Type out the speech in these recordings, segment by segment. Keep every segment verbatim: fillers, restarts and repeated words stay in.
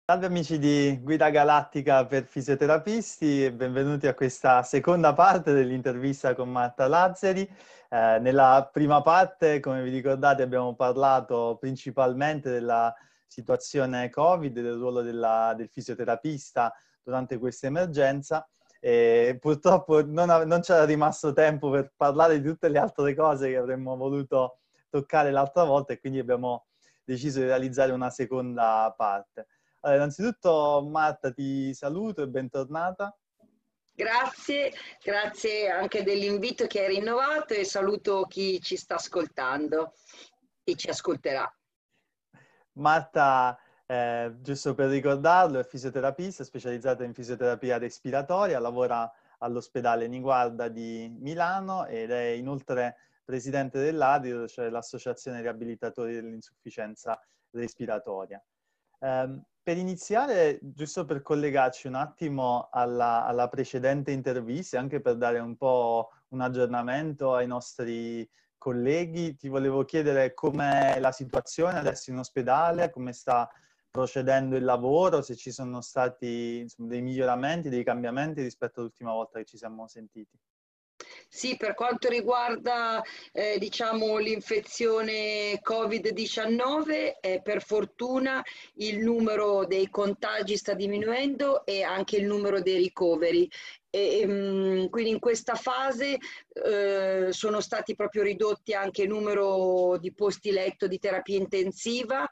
Salve amici di Guida Galattica per fisioterapisti e benvenuti a questa seconda parte dell'intervista con Marta Lazzari. Eh, nella prima parte, come vi ricordate, abbiamo parlato principalmente della situazione Covid, del ruolo della, del fisioterapista durante questa emergenza. E purtroppo non, non c'era rimasto tempo per parlare di tutte le altre cose che avremmo voluto toccare l'altra volta e quindi abbiamo deciso di realizzare una seconda parte. Allora, innanzitutto Marta ti saluto e bentornata. Grazie, grazie anche dell'invito che hai rinnovato e saluto chi ci sta ascoltando e ci ascolterà. Marta, eh, giusto per ricordarlo, è fisioterapista specializzata in fisioterapia respiratoria, lavora all'ospedale Niguarda di Milano ed è inoltre presidente dell'A D I R, cioè l'Associazione Riabilitatori dell'Insufficienza Respiratoria. Eh, per iniziare, giusto per collegarci un attimo alla, alla precedente intervista, anche per dare un po' un aggiornamento ai nostri colleghi, ti volevo chiedere com'è la situazione adesso in ospedale, come sta procedendo il lavoro, se ci sono stati insomma, dei miglioramenti, dei cambiamenti rispetto all'ultima volta che ci siamo sentiti. Sì, per quanto riguarda eh, diciamo, l'infezione Covid diciannove, eh, per fortuna il numero dei contagi sta diminuendo e anche il numero dei ricoveri. E, um, quindi in questa fase eh, sono stati proprio ridotti anche il numero di posti letto di terapia intensiva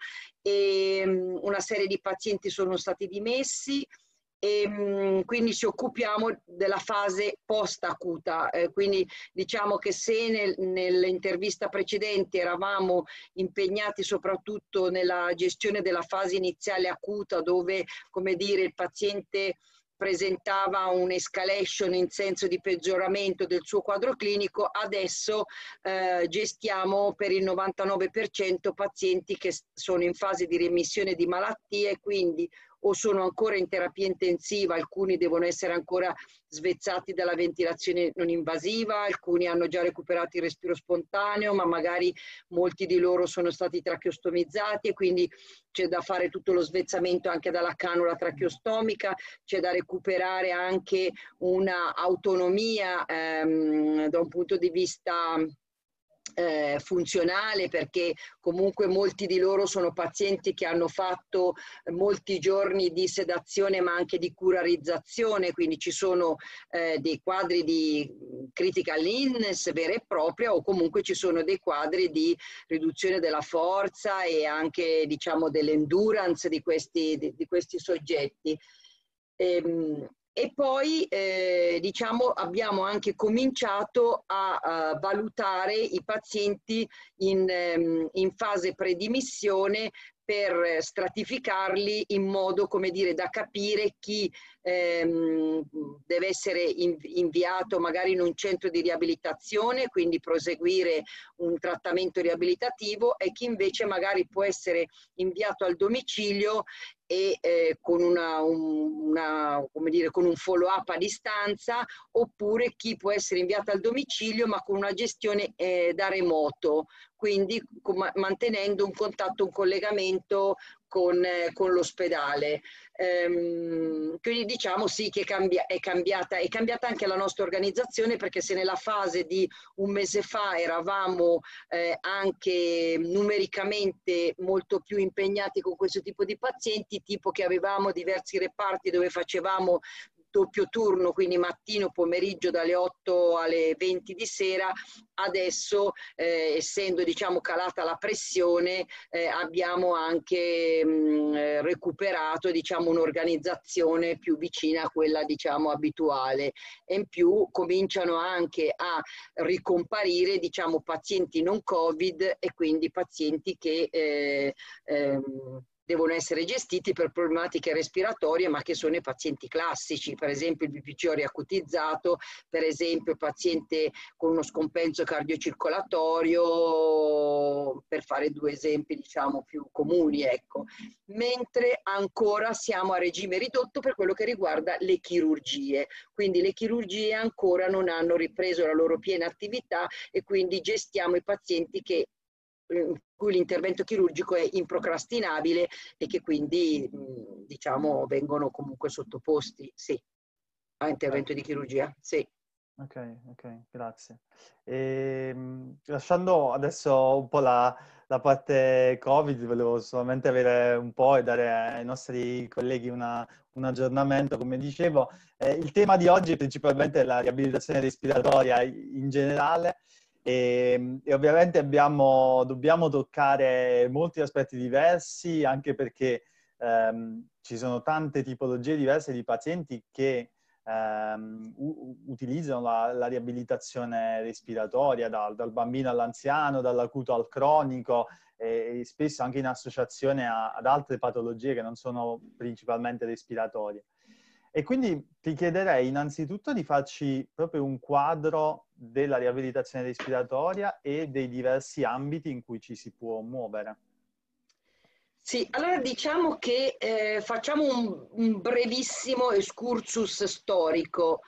e um, una serie di pazienti sono stati dimessi. E mh, quindi ci occupiamo della fase post-acuta, eh, quindi diciamo che se nel, nell'intervista precedente eravamo impegnati soprattutto nella gestione della fase iniziale acuta dove, come dire, il paziente presentava un'escalation in senso di peggioramento del suo quadro clinico, adesso eh, gestiamo per il novantanove per cento pazienti che sono in fase di remissione di malattie, quindi o sono ancora in terapia intensiva, alcuni devono essere ancora svezzati dalla ventilazione non invasiva, alcuni hanno già recuperato il respiro spontaneo, ma magari molti di loro sono stati tracheostomizzati e quindi c'è da fare tutto lo svezzamento anche dalla canula tracheostomica, c'è da recuperare anche una autonomia ehm, da un punto di vista Eh, funzionale, perché comunque molti di loro sono pazienti che hanno fatto molti giorni di sedazione ma anche di curarizzazione, quindi ci sono eh, dei quadri di critical illness vera e propria o comunque ci sono dei quadri di riduzione della forza e anche diciamo dell'endurance di questi, di, di questi soggetti. Ehm, E poi eh, diciamo, abbiamo anche cominciato a, a valutare i pazienti in, ehm, in fase predimissione per stratificarli in modo, come dire, da capire chi ehm, deve essere inviato magari in un centro di riabilitazione, quindi proseguire un trattamento riabilitativo, e chi invece magari può essere inviato al domicilio e eh, con, una, un, una, come dire, con un follow up a distanza, oppure chi può essere inviato al domicilio ma con una gestione eh, da remoto, quindi com- mantenendo un contatto, un collegamento con, eh, con l'ospedale. Ehm, quindi diciamo sì che cambia, è, cambiata, è cambiata anche la nostra organizzazione, perché se nella fase di un mese fa eravamo eh, anche numericamente molto più impegnati con questo tipo di pazienti, tipo che avevamo diversi reparti dove facevamo doppio turno, quindi mattino, pomeriggio dalle otto alle venti di sera, adesso eh, essendo diciamo calata la pressione eh, abbiamo anche mh, recuperato diciamo un'organizzazione più vicina a quella diciamo abituale, e in più cominciano anche a ricomparire diciamo pazienti non Covid e quindi pazienti che eh, ehm, devono essere gestiti per problematiche respiratorie, ma che sono i pazienti classici, per esempio il B P C O riacutizzato, per esempio il paziente con uno scompenso cardiocircolatorio, per fare due esempi diciamo più comuni, ecco. Mentre ancora siamo a regime ridotto per quello che riguarda le chirurgie, quindi le chirurgie ancora non hanno ripreso la loro piena attività e quindi gestiamo i pazienti che cui l'intervento chirurgico è improcrastinabile e che quindi diciamo vengono comunque sottoposti sì, a intervento di chirurgia. Sì. Ok, ok, grazie. E, lasciando adesso un po' la, la parte Covid, volevo solamente avere un po' e dare ai nostri colleghi una, un aggiornamento. Come dicevo, eh, il tema di oggi è principalmente la riabilitazione respiratoria in generale e, e ovviamente abbiamo, dobbiamo toccare molti aspetti diversi, anche perché ehm, ci sono tante tipologie diverse di pazienti che Um, utilizzano la, la riabilitazione respiratoria dal, dal bambino all'anziano, dall'acuto al cronico e, e spesso anche in associazione a, ad altre patologie che non sono principalmente respiratorie. E quindi ti chiederei innanzitutto di farci proprio un quadro della riabilitazione respiratoria e dei diversi ambiti in cui ci si può muovere. Sì, allora diciamo che eh, facciamo un, un brevissimo excursus storico.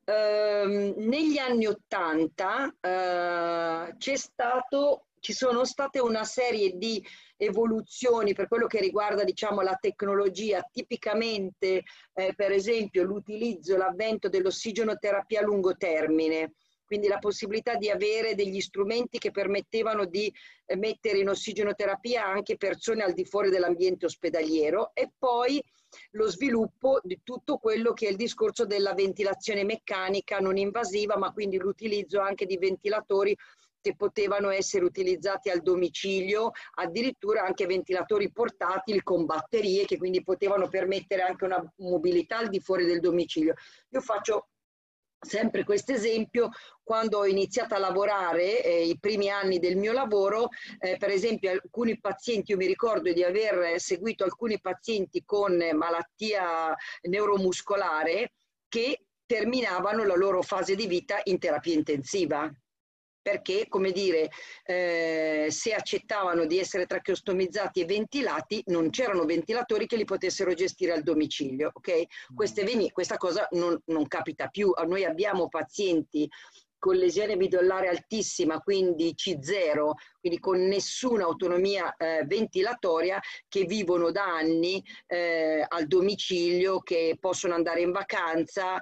Eh, negli anni Ottanta eh, c'è stato, ci sono state una serie di evoluzioni per quello che riguarda, diciamo, la tecnologia, tipicamente eh, per esempio l'utilizzo, l'avvento dell'ossigenoterapia a lungo termine. Quindi la possibilità di avere degli strumenti che permettevano di mettere in ossigenoterapia anche persone al di fuori dell'ambiente ospedaliero, e poi lo sviluppo di tutto quello che è il discorso della ventilazione meccanica non invasiva, ma quindi l'utilizzo anche di ventilatori che potevano essere utilizzati al domicilio, addirittura anche ventilatori portatili con batterie che quindi potevano permettere anche una mobilità al di fuori del domicilio. Io faccio sempre questo esempio. Quando ho iniziato a lavorare, eh, i primi anni del mio lavoro, eh, per esempio alcuni pazienti, io mi ricordo di aver seguito alcuni pazienti con malattia neuromuscolare che terminavano la loro fase di vita in terapia intensiva. Perché, come dire, eh, se accettavano di essere tracheostomizzati e ventilati, non c'erano ventilatori che li potessero gestire al domicilio, ok? Queste, questa cosa non, non capita più. Noi abbiamo pazienti con lesione midollare altissima, quindi C zero, quindi con nessuna autonomia eh, ventilatoria, che vivono da anni eh, al domicilio, che possono andare in vacanza,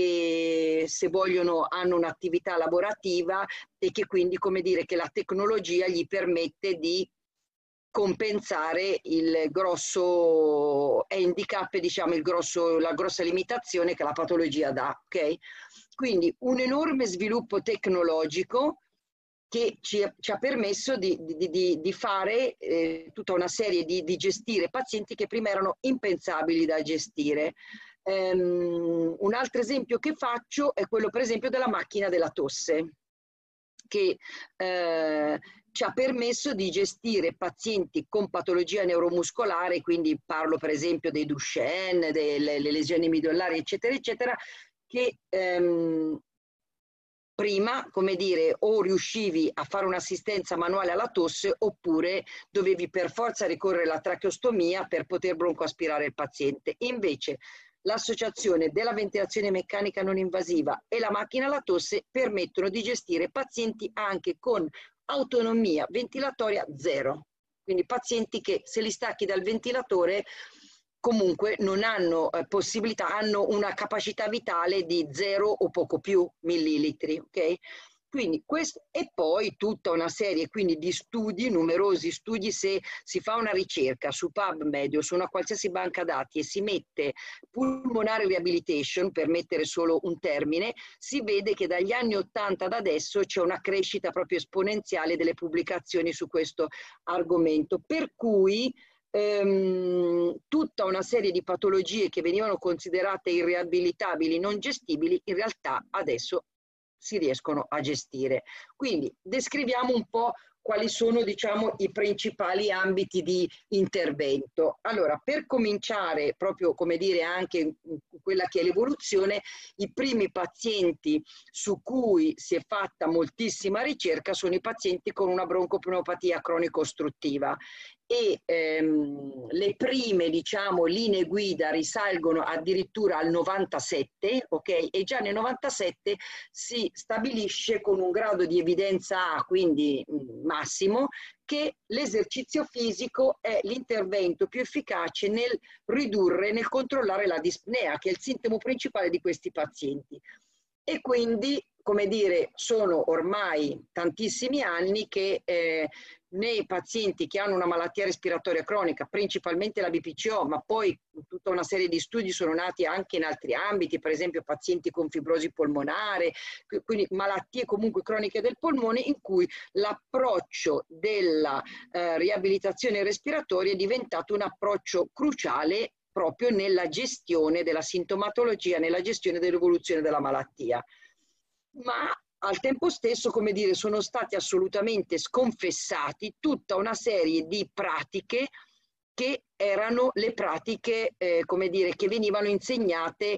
che se vogliono hanno un'attività lavorativa e che quindi, come dire, che la tecnologia gli permette di compensare il grosso handicap, diciamo, il grosso, la grossa limitazione che la patologia dà, ok? Quindi un enorme sviluppo tecnologico che ci, ci ha permesso di, di, di, di fare eh, tutta una serie di, di gestire pazienti che prima erano impensabili da gestire. Um, un altro esempio che faccio è quello per esempio della macchina della tosse, che eh, ci ha permesso di gestire pazienti con patologia neuromuscolare, quindi parlo per esempio dei Duchenne, delle lesioni midollari, eccetera, eccetera, che ehm, prima, come dire, o riuscivi a fare un'assistenza manuale alla tosse oppure dovevi per forza ricorrere alla tracheostomia per poter broncoaspirare il paziente. E invece l'associazione della ventilazione meccanica non invasiva e la macchina alla tosse permettono di gestire pazienti anche con autonomia ventilatoria zero. Quindi pazienti che se li stacchi dal ventilatore comunque non hanno eh, possibilità, hanno una capacità vitale di zero o poco più millilitri, ok? Quindi questo, e poi tutta una serie quindi di studi, numerosi studi. Se si fa una ricerca su PubMed o su una qualsiasi banca dati e si mette pulmonare rehabilitation, per mettere solo un termine, si vede che dagli anni ottanta ad adesso c'è una crescita proprio esponenziale delle pubblicazioni su questo argomento, per cui ehm, tutta una serie di patologie che venivano considerate irriabilitabili, non gestibili, in realtà adesso si riescono a gestire. Quindi descriviamo un po' quali sono, diciamo, i principali ambiti di intervento. Allora, per cominciare proprio, come dire, anche quella che è l'evoluzione, i primi pazienti su cui si è fatta moltissima ricerca sono i pazienti con una broncopneumopatia cronico-ostruttiva. E ehm, le prime, diciamo, linee guida risalgono addirittura al novantasette, ok? E già nel novantasette si stabilisce con un grado di evidenza A, quindi mh, massimo, che l'esercizio fisico è l'intervento più efficace nel ridurre, nel controllare la dispnea, che è il sintomo principale di questi pazienti. E quindi, come dire, sono ormai tantissimi anni che eh, nei pazienti che hanno una malattia respiratoria cronica, principalmente la B P C O, ma poi tutta una serie di studi sono nati anche in altri ambiti, per esempio pazienti con fibrosi polmonare, quindi malattie comunque croniche del polmone, in cui l'approccio della eh, riabilitazione respiratoria è diventato un approccio cruciale proprio nella gestione della sintomatologia, nella gestione dell'evoluzione della malattia. Ma al tempo stesso, come dire, sono stati assolutamente sconfessati tutta una serie di pratiche che erano le pratiche, eh, come dire, che venivano insegnate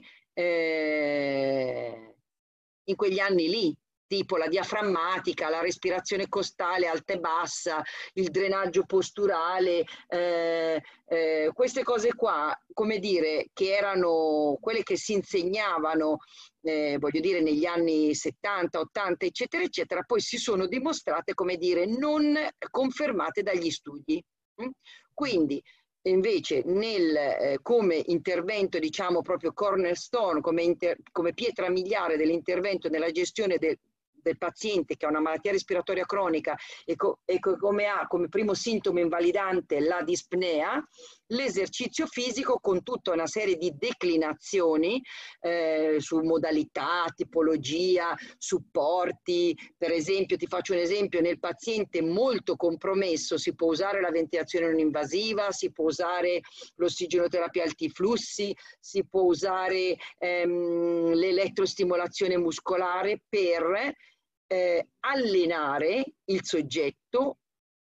eh, in quegli anni lì, tipo la diaframmatica, la respirazione costale alta e bassa, il drenaggio posturale, eh, eh, queste cose qua, come dire, che erano quelle che si insegnavano, eh, voglio dire, negli anni settanta, ottanta, eccetera, eccetera, poi si sono dimostrate, come dire, non confermate dagli studi. Quindi, invece, nel, eh, come intervento, diciamo, proprio cornerstone, come, inter, come pietra miliare dell'intervento nella gestione del, del paziente che ha una malattia respiratoria cronica e, co, e co, come ha come primo sintomo invalidante la dispnea, l'esercizio fisico con tutta una serie di declinazioni eh, su modalità, tipologia, supporti. Per esempio, ti faccio un esempio, nel paziente molto compromesso si può usare la ventilazione non invasiva, si può usare l'ossigenoterapia a alti flussi, si può usare ehm, l'elettrostimolazione muscolare per eh, allenare il soggetto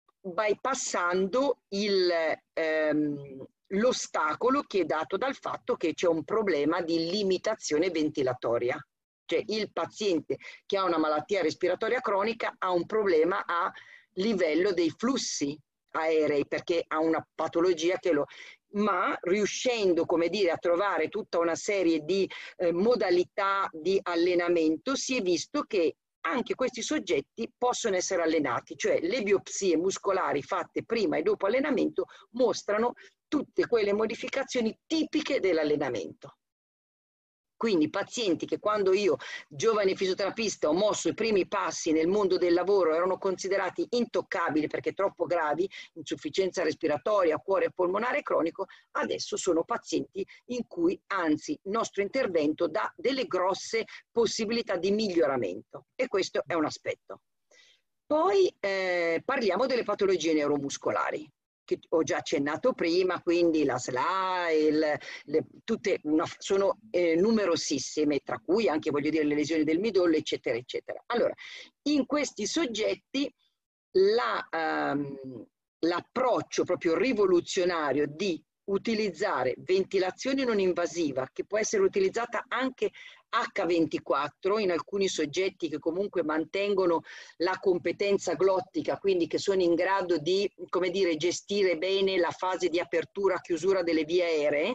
bypassando il, ehm, l'ostacolo che è dato dal fatto che c'è un problema di limitazione ventilatoria. Cioè il paziente che ha una malattia respiratoria cronica ha un problema a livello dei flussi aerei, perché ha una patologia che lo... ma riuscendo, come dire, a trovare tutta una serie di eh, modalità di allenamento, si è visto che anche questi soggetti possono essere allenati, cioè le biopsie muscolari fatte prima e dopo allenamento mostrano tutte quelle modificazioni tipiche dell'allenamento. Quindi pazienti che quando io, giovane fisioterapista, ho mosso i primi passi nel mondo del lavoro erano considerati intoccabili perché troppo gravi, insufficienza respiratoria, cuore polmonare cronico, adesso sono pazienti in cui anzi il nostro intervento dà delle grosse possibilità di miglioramento, e questo è un aspetto. Poi eh, parliamo delle patologie neuromuscolari, che ho già accennato prima, quindi la S L A, il, le, tutte una, sono eh, numerosissime, tra cui anche, voglio dire, le lesioni del midollo, eccetera, eccetera. Allora, in questi soggetti la, um, l'approccio proprio rivoluzionario di utilizzare ventilazione non invasiva, che può essere utilizzata anche acca ventiquattro in alcuni soggetti che comunque mantengono la competenza glottica, quindi che sono in grado di, come dire, gestire bene la fase di apertura-chiusura delle vie aeree.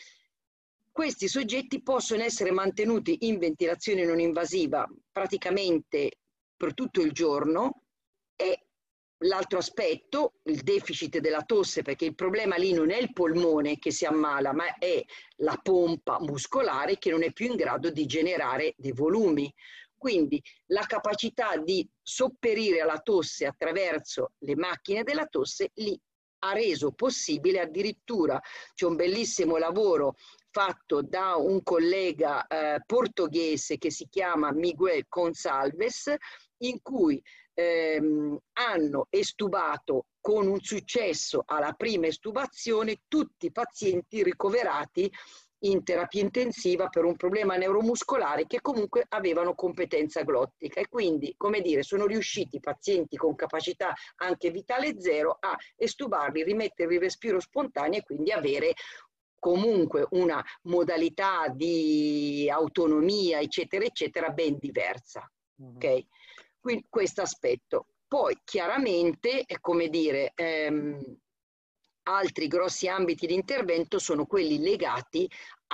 Questi soggetti possono essere mantenuti in ventilazione non invasiva praticamente per tutto il giorno. E l'altro aspetto, il deficit della tosse, perché il problema lì non è il polmone che si ammala, ma è la pompa muscolare che non è più in grado di generare dei volumi. Quindi la capacità di sopperire alla tosse attraverso le macchine della tosse lì ha reso possibile, addirittura c'è un bellissimo lavoro fatto da un collega eh, portoghese che si chiama Miguel Gonçalves, in cui ehm, hanno estubato con un successo alla prima estubazione tutti i pazienti ricoverati in terapia intensiva per un problema neuromuscolare che comunque avevano competenza glottica, e quindi, come dire, sono riusciti i pazienti con capacità anche vitale zero a estubarli, rimetterli in respiro spontaneo e quindi avere comunque una modalità di autonomia, eccetera, eccetera, ben diversa. Mm-hmm. Ok? Quindi questo aspetto. Poi chiaramente, è come dire, ehm, Altri grossi ambiti di intervento sono quelli legati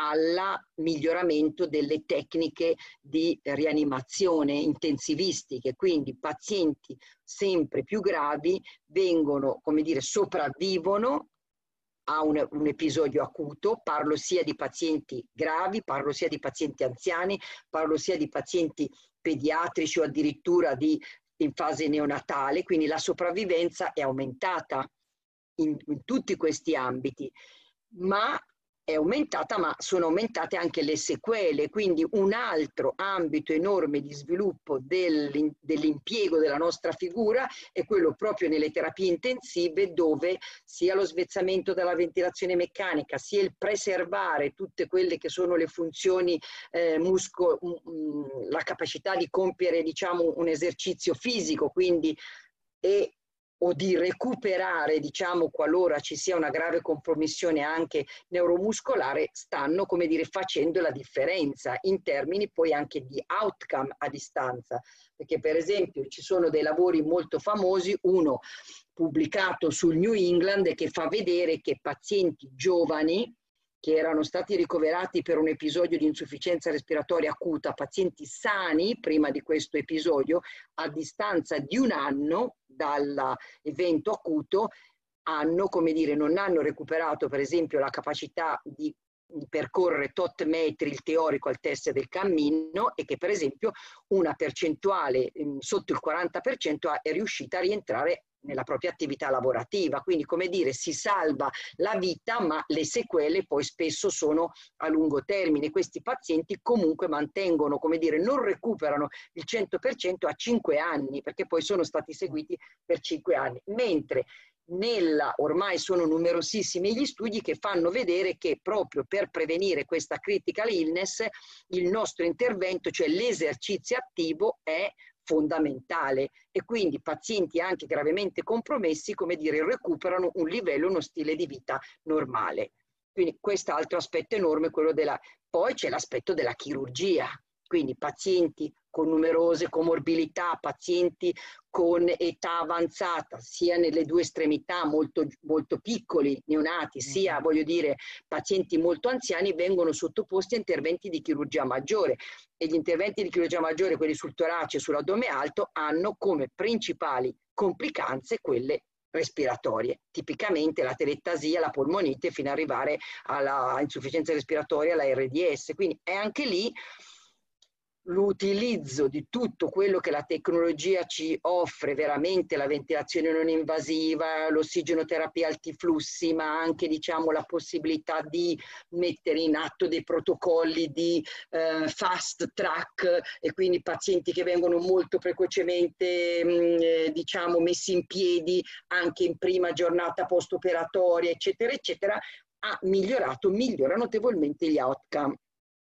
al miglioramento delle tecniche di rianimazione intensivistiche, quindi pazienti sempre più gravi vengono, come dire, sopravvivono a un, un episodio acuto. Parlo sia di pazienti gravi, parlo sia di pazienti anziani, parlo sia di pazienti pediatrici o addirittura di, in fase neonatale, quindi la sopravvivenza è aumentata in, in tutti questi ambiti, ma è aumentata, ma sono aumentate anche le sequele, quindi un altro ambito enorme di sviluppo dell'impiego della nostra figura è quello proprio nelle terapie intensive, dove sia lo svezzamento dalla ventilazione meccanica, sia il preservare tutte quelle che sono le funzioni eh, musco, mh, la capacità di compiere, diciamo, un esercizio fisico, quindi e o di recuperare, diciamo, qualora ci sia una grave compromissione anche neuromuscolare, stanno, come dire, facendo la differenza in termini poi anche di outcome a distanza. Perché per esempio ci sono dei lavori molto famosi, uno pubblicato sul New England che fa vedere che pazienti giovani che erano stati ricoverati per un episodio di insufficienza respiratoria acuta, pazienti sani prima di questo episodio, a distanza di un anno dall'evento acuto, hanno, come dire, non hanno recuperato per esempio la capacità di percorrere tot metri il teorico al test del cammino, e che per esempio una percentuale mh, sotto il quaranta per cento è riuscita a rientrare nella propria attività lavorativa. Quindi, come dire, si salva la vita, ma le sequele poi spesso sono a lungo termine. Questi pazienti comunque mantengono, come dire, non recuperano il cento per cento a cinque anni, perché poi sono stati seguiti per cinque anni, mentre nella, ormai sono numerosissimi gli studi che fanno vedere che proprio per prevenire questa critical illness il nostro intervento, cioè l'esercizio attivo, è fondamentale, e quindi pazienti anche gravemente compromessi, come dire, recuperano un livello, uno stile di vita normale. Quindi quest'altro aspetto enorme, quello della... Poi c'è l'aspetto della chirurgia, quindi pazienti con numerose comorbilità, pazienti con età avanzata, sia nelle due estremità, molto, molto piccoli, neonati, sia, voglio dire, pazienti molto anziani, vengono sottoposti a interventi di chirurgia maggiore, e gli interventi di chirurgia maggiore, quelli sul torace e sull'addome alto, hanno come principali complicanze quelle respiratorie, tipicamente la telestasia, la polmonite, fino ad arrivare alla insufficienza respiratoria, alla erre di esse. Quindi è anche lì l'utilizzo di tutto quello che la tecnologia ci offre, veramente la ventilazione non invasiva, l'ossigenoterapia alti flussi, ma anche, diciamo, la possibilità di mettere in atto dei protocolli di eh, fast track, e quindi pazienti che vengono molto precocemente mh, eh, diciamo messi in piedi anche in prima giornata post-operatoria, eccetera, eccetera, ha migliorato, migliora notevolmente gli outcome.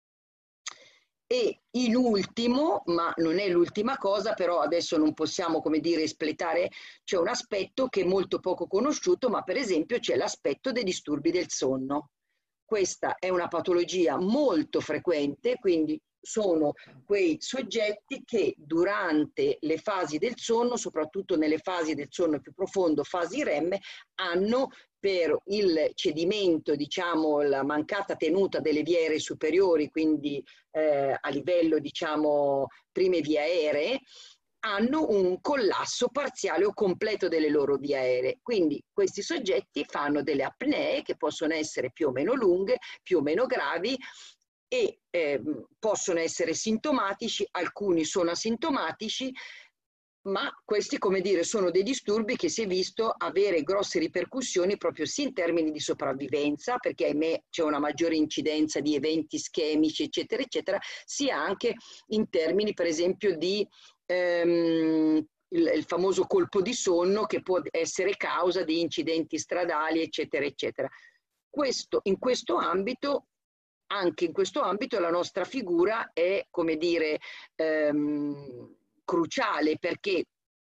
E in ultimo, ma non è l'ultima cosa, però adesso non possiamo, come dire, espletare, c'è un aspetto che è molto poco conosciuto, ma per esempio c'è l'aspetto dei disturbi del sonno. Questa è una patologia molto frequente, quindi sono quei soggetti che durante le fasi del sonno, soprattutto nelle fasi del sonno più profondo, fasi REM, hanno, per il cedimento, diciamo, la mancata tenuta delle vie aeree superiori, quindi eh, a livello, diciamo, prime vie aeree, hanno un collasso parziale o completo delle loro vie aeree. Quindi questi soggetti fanno delle apnee che possono essere più o meno lunghe, più o meno gravi, e eh, possono essere sintomatici, alcuni sono asintomatici, ma questi, come dire, sono dei disturbi che si è visto avere grosse ripercussioni proprio sia in termini di sopravvivenza, perché ahimè c'è una maggiore incidenza di eventi ischemici, eccetera, eccetera, sia anche in termini, per esempio, di ehm, il, il famoso colpo di sonno, che può essere causa di incidenti stradali, eccetera, eccetera. Questo, in questo ambito, anche in questo ambito, la nostra figura è, come dire, ehm, cruciale, perché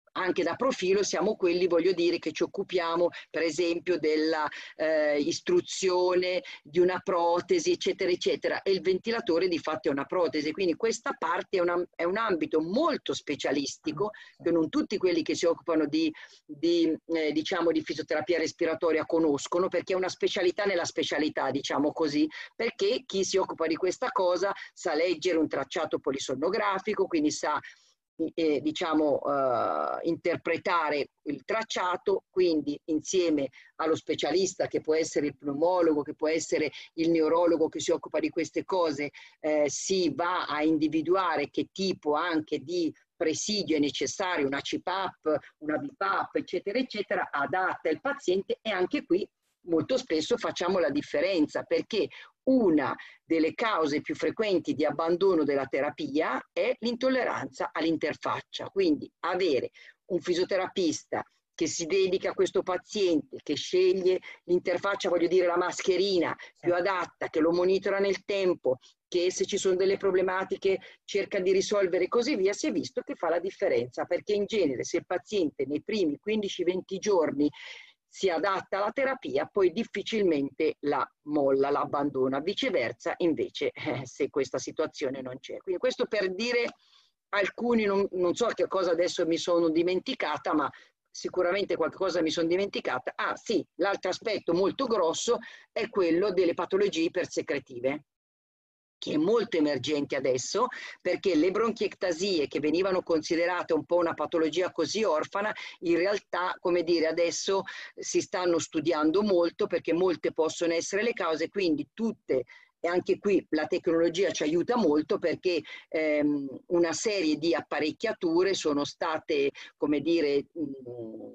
anche da profilo siamo quelli, voglio dire, che ci occupiamo per esempio della eh, istruzione di una protesi, eccetera, eccetera, e il ventilatore di fatto è una protesi, quindi questa parte è, una, è un ambito molto specialistico che non tutti quelli che si occupano di, di, eh, diciamo, di fisioterapia respiratoria conoscono, perché è una specialità nella specialità, diciamo così, perché chi si occupa di questa cosa sa leggere un tracciato polisonnografico, quindi sa Eh, diciamo eh, interpretare il tracciato, quindi insieme allo specialista che può essere il pneumologo, che può essere il neurologo che si occupa di queste cose, eh, si va a individuare che tipo anche di presidio è necessario, una C PAP, una B PAP, eccetera, eccetera, adatta al paziente, e anche qui molto spesso facciamo la differenza, perché una delle cause più frequenti di abbandono della terapia è l'intolleranza all'interfaccia, quindi avere un fisioterapista che si dedica a questo paziente, che sceglie l'interfaccia, voglio dire la mascherina più adatta, che lo monitora nel tempo, che se ci sono delle problematiche cerca di risolvere e così via, si è visto che fa la differenza, perché in genere se il paziente nei primi quindici venti giorni si adatta alla terapia, poi difficilmente la molla, la abbandona. Viceversa, invece, eh, se questa situazione non c'è. Quindi questo per dire alcuni, non, non so che cosa adesso mi sono dimenticata, ma sicuramente qualcosa mi sono dimenticata. Ah sì, l'altro aspetto molto grosso è quello delle patologie ipersecretive, che è molto emergente adesso, perché le bronchiectasie, che venivano considerate un po' una patologia così orfana, in realtà, come dire, adesso si stanno studiando molto, perché molte possono essere le cause, quindi tutte, e anche qui la tecnologia ci aiuta molto, perché ehm, una serie di apparecchiature sono state, come dire, mh,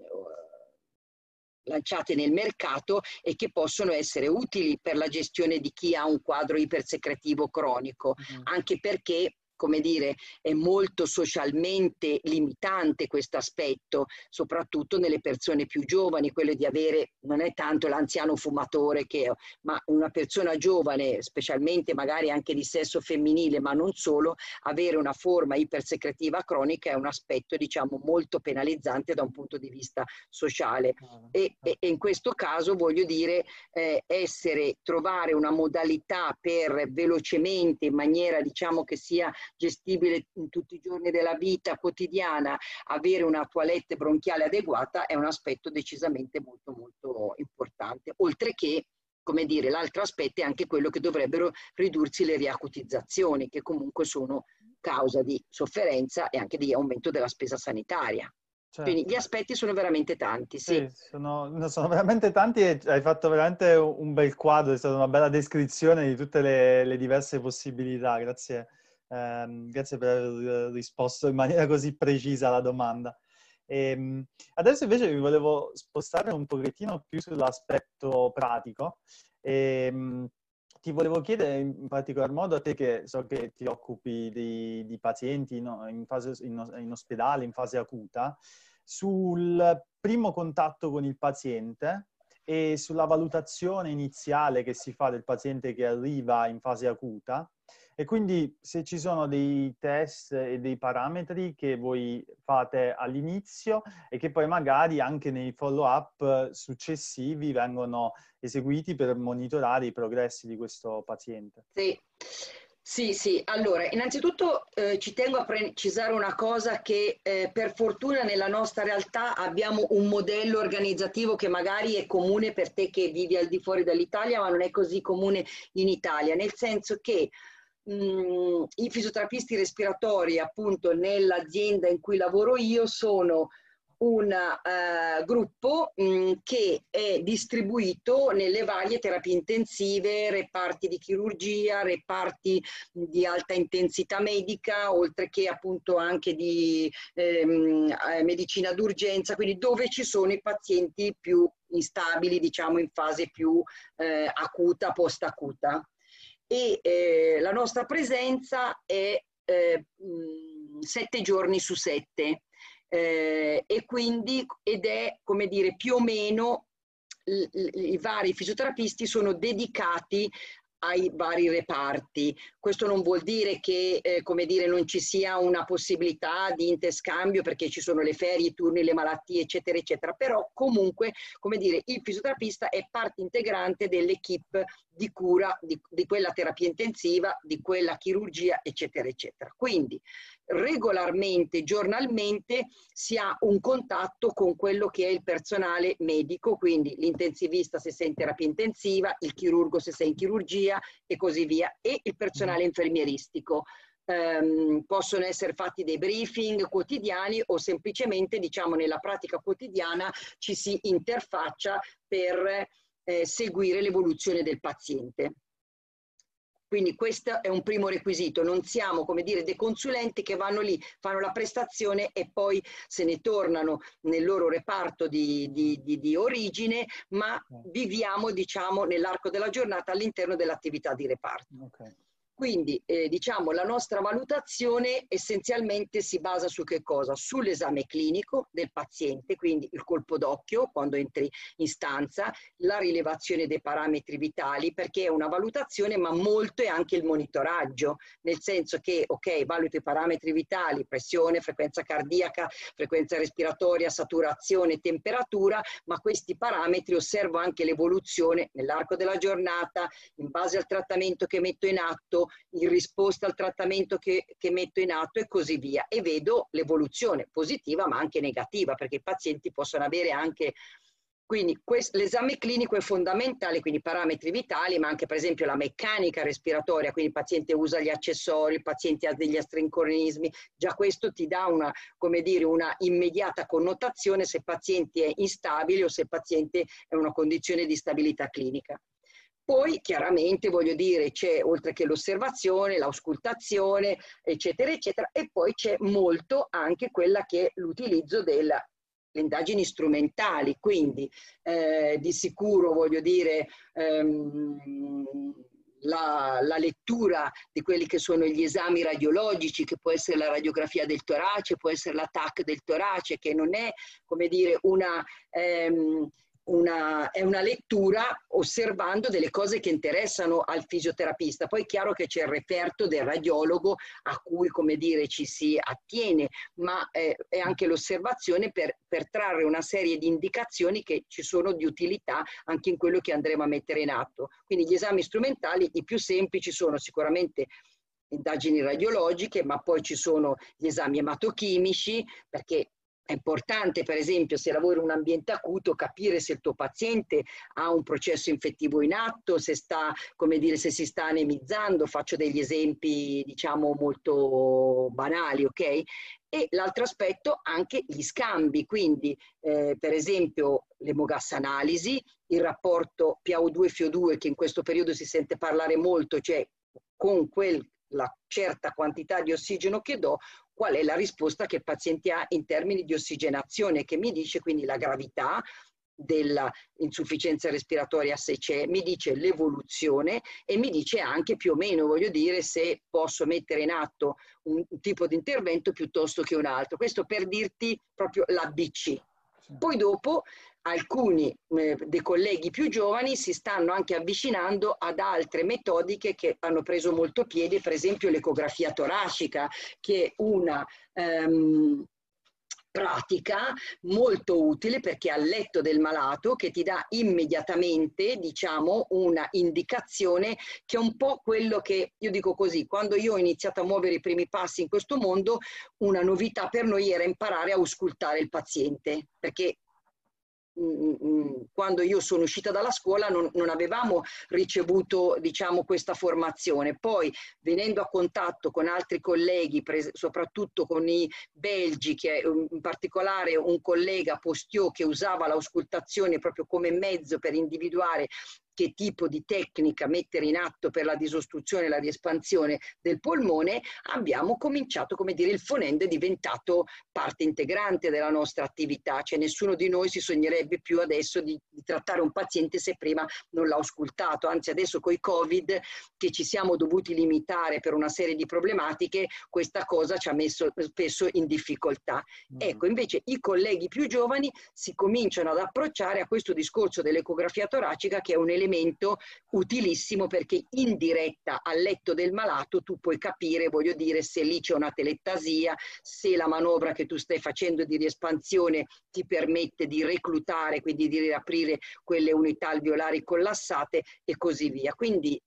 lanciate nel mercato e che possono essere utili per la gestione di chi ha un quadro ipersecretivo cronico, mm-hmm. anche perché, come dire, è molto socialmente limitante questo aspetto, soprattutto nelle persone più giovani, quello di avere, non è tanto l'anziano fumatore, che, ma una persona giovane, specialmente magari anche di sesso femminile, ma non solo, avere una forma ipersecretiva cronica è un aspetto, diciamo, molto penalizzante da un punto di vista sociale. E, e, e in questo caso voglio dire, eh, essere, trovare una modalità per velocemente, in maniera, diciamo, che sia gestibile in tutti i giorni della vita quotidiana, avere una toilette bronchiale adeguata è un aspetto decisamente molto molto importante, oltre che, come dire, l'altro aspetto è anche quello che dovrebbero ridursi le riacutizzazioni, che comunque sono causa di sofferenza e anche di aumento della spesa sanitaria. Certo. Quindi gli aspetti sono veramente tanti, sì. Sì, sono, sono veramente tanti e hai fatto veramente un bel quadro, è stata una bella descrizione di tutte le, le diverse possibilità. Grazie. Um, grazie per aver risposto in maniera così precisa alla domanda. E, adesso invece vi volevo spostare un pochettino più sull'aspetto pratico. E, um, ti volevo chiedere in particolar modo a te, che so che ti occupi di, di pazienti no, in, fase, in, in ospedale, in fase acuta, sul primo contatto con il paziente e sulla valutazione iniziale che si fa del paziente che arriva in fase acuta. E quindi se ci sono dei test e dei parametri che voi fate all'inizio e che poi magari anche nei follow-up successivi vengono eseguiti per monitorare i progressi di questo paziente. Sì. Sì, sì, allora innanzitutto eh, ci tengo a precisare una cosa, che eh, per fortuna nella nostra realtà abbiamo un modello organizzativo che magari è comune per te che vivi al di fuori dall'Italia, ma non è così comune in Italia, nel senso che mh, i fisioterapisti respiratori, appunto nell'azienda in cui lavoro io, sono un uh, gruppo mh, che è distribuito nelle varie terapie intensive, reparti di chirurgia, reparti di alta intensità medica, oltre che appunto anche di ehm, medicina d'urgenza, quindi dove ci sono i pazienti più instabili, diciamo in fase più eh, acuta, post-acuta. E eh, la nostra presenza è eh, mh, sette giorni su sette. Eh, e quindi, ed è, come dire, più o meno i vari fisioterapisti sono dedicati ai vari reparti. Questo non vuol dire che, eh, come dire, non ci sia una possibilità di interscambio perché ci sono le ferie, i turni, le malattie, eccetera, eccetera, però comunque, come dire, il fisioterapista è parte integrante dell'equipe di cura di, di quella terapia intensiva, di quella chirurgia, eccetera, eccetera. Quindi regolarmente, giornalmente si ha un contatto con quello che è il personale medico, quindi l'intensivista se sei in terapia intensiva, il chirurgo se sei in chirurgia e così via, e il personale infermieristico. Um, possono essere fatti dei briefing quotidiani o semplicemente, diciamo, nella pratica quotidiana ci si interfaccia per eh, seguire l'evoluzione del paziente. Quindi questo è un primo requisito, non siamo, come dire, dei consulenti che vanno lì, fanno la prestazione e poi se ne tornano nel loro reparto di, di, di, di origine, ma viviamo, diciamo, nell'arco della giornata all'interno dell'attività di reparto. Okay. Quindi, eh, diciamo, la nostra valutazione essenzialmente si basa su che cosa? Sull'esame clinico del paziente, quindi il colpo d'occhio quando entri in stanza, la rilevazione dei parametri vitali, perché è una valutazione, ma molto è anche il monitoraggio, nel senso che, ok, valuto i parametri vitali, pressione, frequenza cardiaca, frequenza respiratoria, saturazione, temperatura, ma questi parametri osservo anche l'evoluzione nell'arco della giornata, in base al trattamento che metto in atto, in risposta al trattamento che, che metto in atto e così via, e vedo l'evoluzione positiva ma anche negativa, perché i pazienti possono avere anche, quindi l'esame clinico è fondamentale, quindi parametri vitali, ma anche per esempio la meccanica respiratoria, quindi il paziente usa gli accessori, il paziente ha degli astrinconismi, già questo ti dà una, come dire, una immediata connotazione se il paziente è instabile o se il paziente è in una condizione di stabilità clinica. Poi chiaramente, voglio dire, c'è oltre che l'osservazione, l'auscultazione, eccetera, eccetera, e poi c'è molto anche quella che è l'utilizzo delle indagini strumentali, quindi eh, di sicuro, voglio dire, ehm, la, la lettura di quelli che sono gli esami radiologici, che può essere la radiografia del torace, può essere la T A C del torace, che non è, come dire, una... Ehm, Una, è una lettura osservando delle cose che interessano al fisioterapista. Poi è chiaro che c'è il referto del radiologo a cui, come dire, ci si attiene, ma è, è anche l'osservazione per, per trarre una serie di indicazioni che ci sono di utilità anche in quello che andremo a mettere in atto. Quindi gli esami strumentali, i più semplici sono sicuramente indagini radiologiche, ma poi ci sono gli esami ematochimici, perché è importante, per esempio, se lavori in un ambiente acuto, capire se il tuo paziente ha un processo infettivo in atto, se sta, come dire, se si sta anemizzando. Faccio degli esempi, diciamo, molto banali, ok? E l'altro aspetto, anche gli scambi, quindi eh, per esempio l'emogassanalisi, il rapporto P a O due F i O due, che in questo periodo si sente parlare molto, cioè con quel, la certa quantità di ossigeno che do, qual è la risposta che il paziente ha in termini di ossigenazione, che mi dice quindi la gravità dell'insufficienza respiratoria, se c'è, mi dice l'evoluzione e mi dice anche più o meno, voglio dire, se posso mettere in atto un, un tipo di intervento piuttosto che un altro. Questo per dirti proprio l'A B C. Poi dopo alcuni eh, dei colleghi più giovani si stanno anche avvicinando ad altre metodiche che hanno preso molto piede, per esempio l'ecografia toracica, che è una ehm, pratica molto utile perché al letto del malato, che ti dà immediatamente, diciamo, una indicazione che è un po' quello che io dico così: quando io ho iniziato a muovere i primi passi in questo mondo, una novità per noi era imparare a auscultare il paziente, perché quando io sono uscita dalla scuola non, non avevamo ricevuto, diciamo, questa formazione. Poi venendo a contatto con altri colleghi, soprattutto con i belgi, che in particolare un collega Postio che usava l'auscultazione proprio come mezzo per individuare che tipo di tecnica mettere in atto per la disostruzione e la riespansione del polmone, abbiamo cominciato, come dire, il fonendo è diventato parte integrante della nostra attività, cioè nessuno di noi si sognerebbe più adesso di, di trattare un paziente se prima non l'ha auscultato, anzi adesso coi Covid, che ci siamo dovuti limitare per una serie di problematiche, questa cosa ci ha messo spesso in difficoltà. Mm. Ecco, invece i colleghi più giovani si cominciano ad approcciare a questo discorso dell'ecografia toracica, che è un elemento elemento utilissimo, perché in diretta al letto del malato tu puoi capire, voglio dire, se lì c'è una telestasia, se la manovra che tu stai facendo di riespansione ti permette di reclutare, quindi di riaprire quelle unità alveolari collassate e così via. Quindi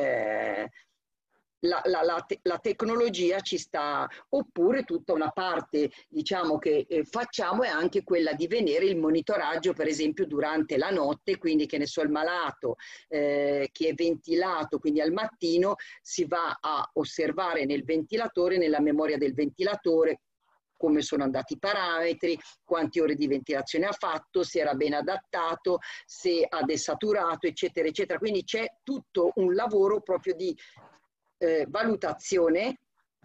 eh, La, la, la, te, la tecnologia ci sta, oppure tutta una parte, diciamo, che eh, facciamo è anche quella di vedere il monitoraggio, per esempio durante la notte, quindi che ne so, il malato eh, che è ventilato, quindi al mattino si va a osservare nel ventilatore, nella memoria del ventilatore, come sono andati i parametri, quante ore di ventilazione ha fatto, se era ben adattato, se ha desaturato, eccetera, eccetera. Quindi c'è tutto un lavoro proprio di Eh, valutazione,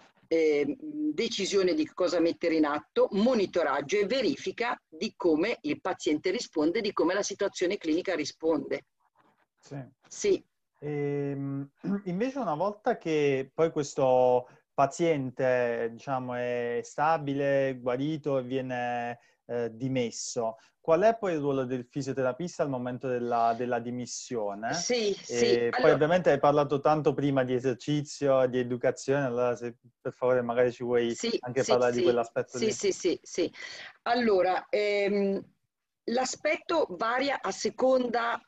eh, decisione di cosa mettere in atto, monitoraggio e verifica di come il paziente risponde, di come la situazione clinica risponde. Sì. Sì. E, invece una volta che poi questo paziente, diciamo, è stabile, guarito e viene eh, dimesso, qual è poi il ruolo del fisioterapista al momento della, della dimissione? Sì, sì. E Allora, poi ovviamente hai parlato tanto prima di esercizio, di educazione, allora se per favore magari ci vuoi sì, anche sì, parlare di sì, quell'aspetto sì, lì. sì, sì, sì. Allora, ehm, l'aspetto varia a seconda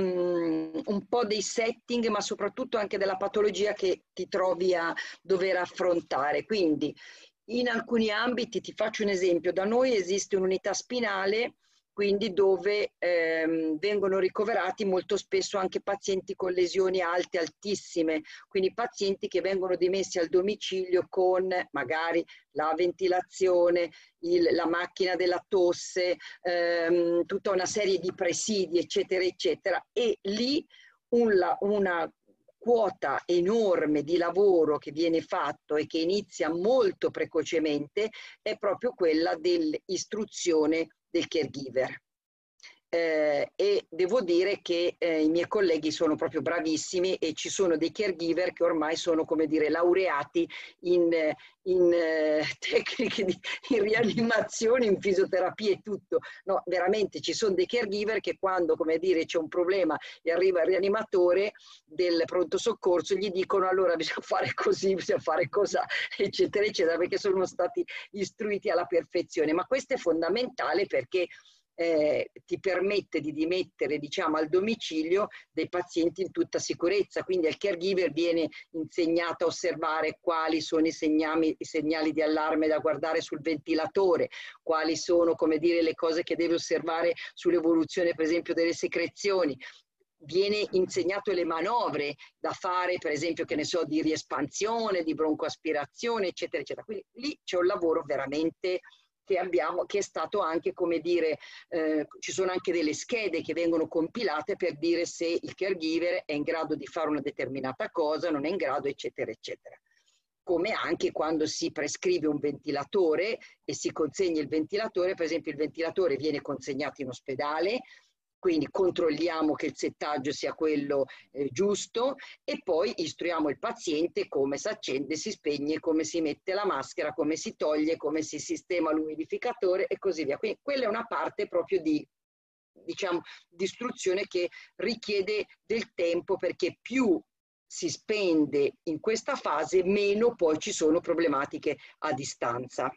mh, un po' dei setting, ma soprattutto anche della patologia che ti trovi a dover affrontare. Quindi, in alcuni ambiti, ti faccio un esempio, da noi esiste un'unità spinale, quindi dove ehm, vengono ricoverati molto spesso anche pazienti con lesioni alte, altissime, quindi pazienti che vengono dimessi al domicilio con magari la ventilazione, il, la macchina della tosse, ehm, tutta una serie di presidi, eccetera, eccetera, e lì un, una quota enorme di lavoro che viene fatto e che inizia molto precocemente è proprio quella dell'istruzione del caregiver. Eh, e devo dire che eh, i miei colleghi sono proprio bravissimi e ci sono dei caregiver che ormai sono, come dire, laureati in, in eh, tecniche di in rianimazione, in fisioterapia e tutto. No, veramente ci sono dei caregiver che quando, come dire, c'è un problema e arriva il rianimatore del pronto soccorso, gli dicono allora bisogna fare così, bisogna fare così, eccetera, eccetera, perché sono stati istruiti alla perfezione. Ma questo è fondamentale perché Eh, ti permette di dimettere, diciamo, al domicilio dei pazienti in tutta sicurezza. Quindi al caregiver viene insegnato a osservare quali sono i segnali, i segnali di allarme da guardare sul ventilatore, quali sono, come dire, le cose che deve osservare sull'evoluzione, per esempio, delle secrezioni. Viene insegnato le manovre da fare, per esempio, che ne so, di riespansione, di broncoaspirazione, eccetera, eccetera. Quindi lì c'è un lavoro veramente che abbiamo, che è stato anche, come dire, eh, ci sono anche delle schede che vengono compilate per dire se il caregiver è in grado di fare una determinata cosa, non è in grado, eccetera, eccetera. Come anche quando si prescrive un ventilatore e si consegna il ventilatore, per esempio il ventilatore viene consegnato in ospedale, quindi controlliamo che il settaggio sia quello eh, giusto e poi istruiamo il paziente come si accende, si spegne, come si mette la maschera, come si toglie, come si sistema l'umidificatore e così via. Quindi quella è una parte proprio di, diciamo, di istruzione che richiede del tempo, perché più si spende in questa fase, meno poi ci sono problematiche a distanza.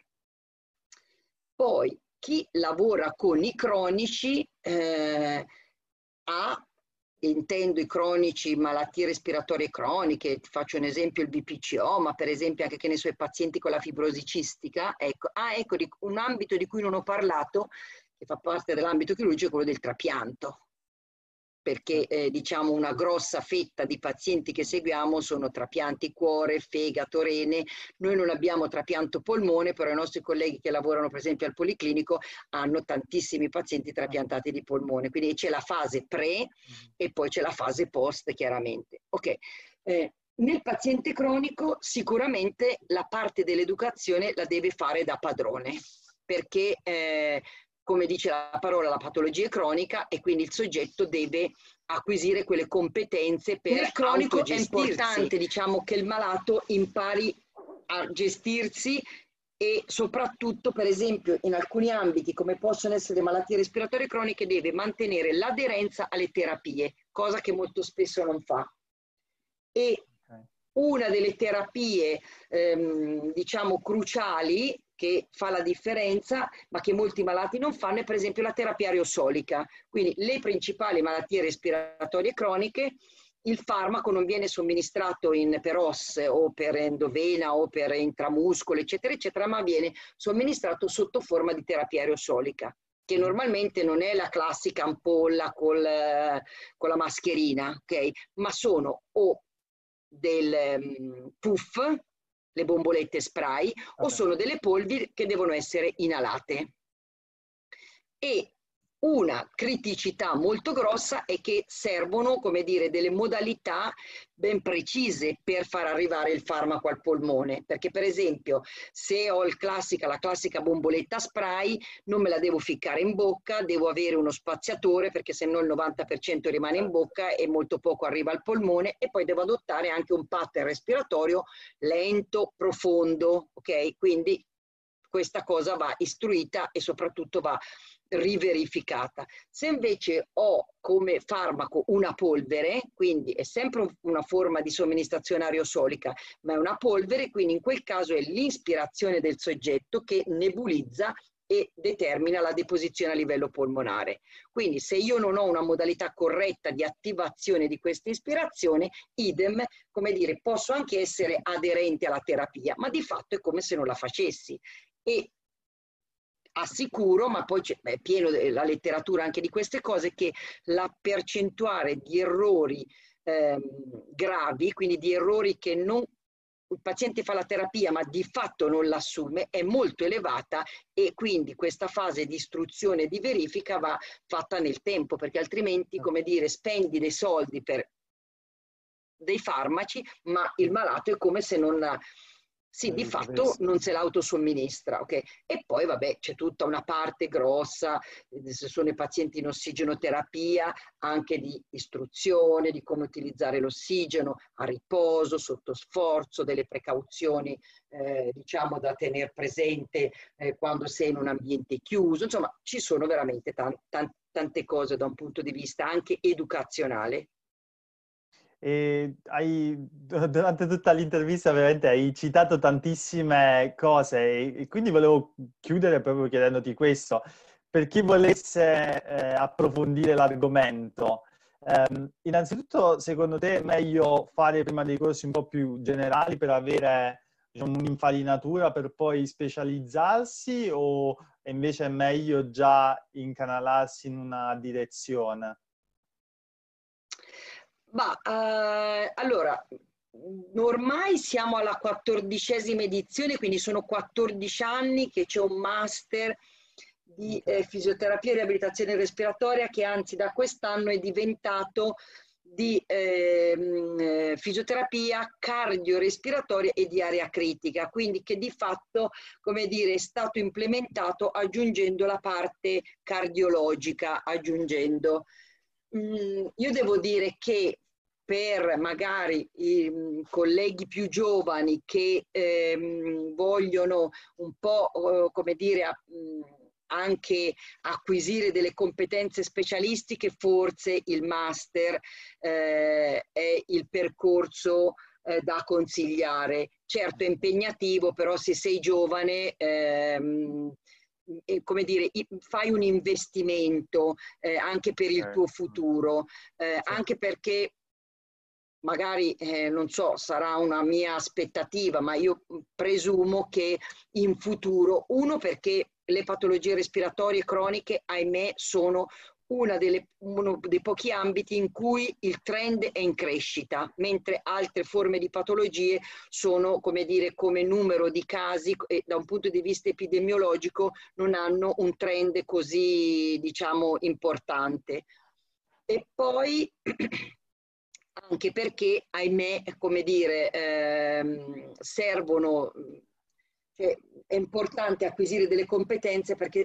Poi chi lavora con i cronici eh, ha, intendo i cronici, malattie respiratorie croniche, ti faccio un esempio il B P C O, ma per esempio anche che ne so, i pazienti con la fibrosi cistica, ecco, ah, ecco un ambito di cui non ho parlato, che fa parte dell'ambito chirurgico, è quello del trapianto, perché eh, diciamo una grossa fetta di pazienti che seguiamo sono trapianti cuore, fegato, rene. Noi non abbiamo trapianto polmone, però i nostri colleghi che lavorano per esempio al Policlinico hanno tantissimi pazienti trapiantati di polmone, quindi c'è la fase pre e poi c'è la fase post, chiaramente. Ok, eh, nel paziente cronico sicuramente la parte dell'educazione la deve fare da padrone, perché eh, come dice la parola, la patologia è cronica e quindi il soggetto deve acquisire quelle competenze per nel cronico è importante, diciamo, che il malato impari a gestirsi e soprattutto, per esempio, in alcuni ambiti, come possono essere le malattie respiratorie croniche, deve mantenere l'aderenza alle terapie. cosa che molto spesso non fa. E una delle terapie, ehm, diciamo, cruciali che fa la differenza, ma che molti malati non fanno, è per esempio la terapia aerosolica. Quindi le principali malattie respiratorie croniche, il farmaco non viene somministrato in, per osse o per endovena o per intramuscolo, eccetera, eccetera, ma viene somministrato sotto forma di terapia aerosolica, che normalmente non è la classica ampolla col, con la mascherina, ok? Ma sono o del um, puff, le bombolette spray, okay, o sono delle polveri che devono essere inalate. E una criticità molto grossa è che servono, come dire, delle modalità ben precise per far arrivare il farmaco al polmone, perché per esempio se ho il classica, la classica bomboletta spray non me la devo ficcare in bocca, devo avere uno spaziatore perché se no il novanta per cento rimane in bocca e molto poco arriva al polmone, e poi devo adottare anche un pattern respiratorio lento, profondo, ok? Quindi questa cosa va istruita e soprattutto va riverificata. Se invece ho come farmaco una polvere, quindi è sempre una forma di somministrazione aerosolica, ma è una polvere, quindi in quel caso è l'ispirazione del soggetto che nebulizza e determina la deposizione a livello polmonare. Quindi se io non ho una modalità corretta di attivazione di questa ispirazione, idem, come dire, posso anche essere aderente alla terapia, ma di fatto è come se non la facessi. E assicuro, ma poi è pieno la letteratura anche di queste cose, che la percentuale di errori ehm, gravi, quindi di errori che non, il paziente fa la terapia ma di fatto non l'assume, è molto elevata, e quindi questa fase di istruzione e di verifica va fatta nel tempo, perché altrimenti, come dire, spendi dei soldi per dei farmaci, ma il malato è come se non... Sì, di fatto non se l'autosomministra, ok? E poi vabbè c'è tutta una parte grossa, se sono i pazienti in ossigenoterapia, anche di istruzione, di come utilizzare l'ossigeno a riposo, sotto sforzo, delle precauzioni eh, diciamo da tenere presente eh, quando sei in un ambiente chiuso, insomma ci sono veramente tan tan tante cose da un punto di vista anche educazionale. E hai, durante tutta l'intervista veramente hai citato tantissime cose, e, e quindi volevo chiudere proprio chiedendoti questo. Per chi volesse eh, approfondire l'argomento, ehm, innanzitutto secondo te è meglio fare prima dei corsi un po' più generali per avere, diciamo, un'infarinatura per poi specializzarsi, o invece è meglio già incanalarsi in una direzione? Ma eh, allora, ormai siamo alla quattordicesima edizione, quindi sono quattordici anni che c'è un master di eh, fisioterapia e riabilitazione respiratoria, che anzi da quest'anno è diventato di eh, fisioterapia cardiorespiratoria e di area critica, quindi che di fatto, come dire, è stato implementato aggiungendo la parte cardiologica, aggiungendo... Mm, io devo dire che per magari i mh, colleghi più giovani che ehm, vogliono un po', eh, come dire, a, mh, anche acquisire delle competenze specialistiche, forse il master eh, è il percorso eh, da consigliare. Certo è impegnativo, però se sei giovane... Ehm, E, come dire, fai un investimento eh, anche per il tuo futuro, eh, anche perché magari, eh, non so, sarà una mia aspettativa, ma io presumo che in futuro, uno perché le patologie respiratorie croniche, ahimè, sono una delle, uno dei pochi ambiti in cui il trend è in crescita, mentre altre forme di patologie sono, come dire, come numero di casi e da un punto di vista epidemiologico non hanno un trend così, diciamo, importante. E poi anche perché, ahimè, come dire, ehm, servono, cioè, è importante acquisire delle competenze, perché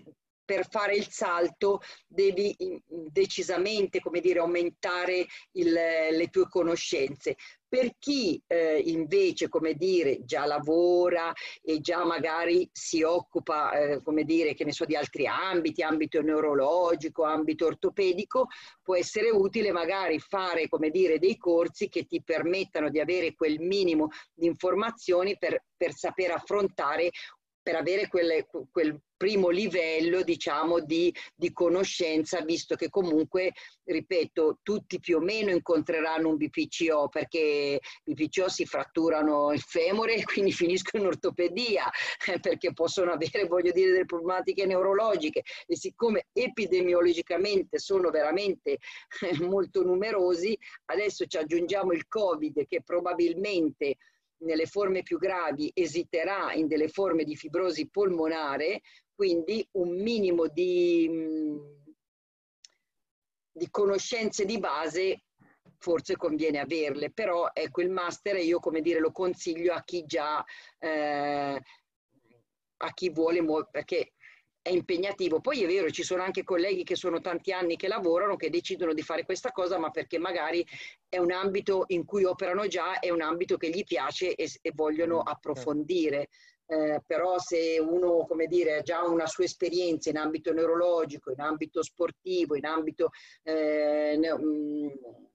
per fare il salto devi decisamente, come dire, aumentare il, le tue conoscenze. Per chi eh, invece, come dire, già lavora e già magari si occupa, eh, come dire, che ne so, di altri ambiti, ambito neurologico, ambito ortopedico, può essere utile magari fare, come dire, dei corsi che ti permettano di avere quel minimo di informazioni per, per saper affrontare, per avere quelle, quel primo livello, diciamo, di, di conoscenza, visto che comunque, ripeto, tutti più o meno incontreranno un B P C O, perché B P C O si fratturano il femore e quindi finiscono in ortopedia, eh, perché possono avere, voglio dire, delle problematiche neurologiche, e siccome epidemiologicamente sono veramente eh, molto numerosi, adesso ci aggiungiamo il Covid, che probabilmente nelle forme più gravi esiterà in delle forme di fibrosi polmonare, quindi un minimo di, di conoscenze di base forse conviene averle, però ecco, il master io, come dire, lo consiglio a chi già, eh, a chi vuole, perché è impegnativo. Poi è vero, ci sono anche colleghi che sono tanti anni che lavorano, che decidono di fare questa cosa, ma perché magari è un ambito in cui operano già, è un ambito che gli piace e, e vogliono approfondire. Eh, però se uno, come dire, ha già una sua esperienza in ambito neurologico, in ambito sportivo, in ambito eh, ne, mh,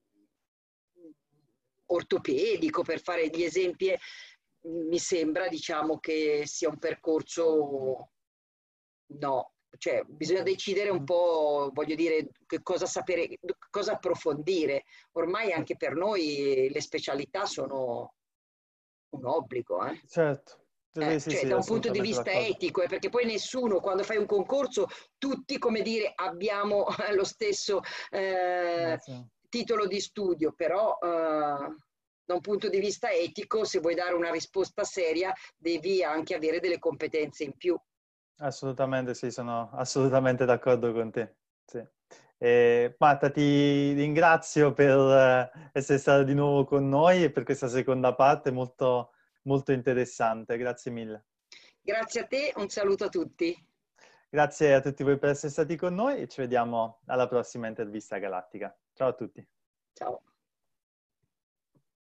ortopedico, per fare gli esempi, mi sembra, diciamo, che sia un percorso... No, cioè bisogna decidere un po', voglio dire, che cosa sapere, cosa approfondire. Ormai anche per noi le specialità sono un obbligo, eh? Certo. Eh, Sì, sì, cioè sì, da un punto di assolutamente vista d'accordo. etico, eh, perché poi nessuno, quando fai un concorso, tutti, come dire, abbiamo lo stesso eh, Eh, sì. titolo di studio, però eh, da un punto di vista etico, se vuoi dare una risposta seria, devi anche avere delle competenze in più. Assolutamente sì, sono assolutamente d'accordo con te. Sì. Eh, Marta, ti ringrazio per eh, essere stata di nuovo con noi e per questa seconda parte molto, molto interessante. Grazie mille. Grazie a te, un saluto a tutti. Grazie a tutti voi per essere stati con noi e ci vediamo alla prossima intervista galattica. Ciao a tutti. Ciao.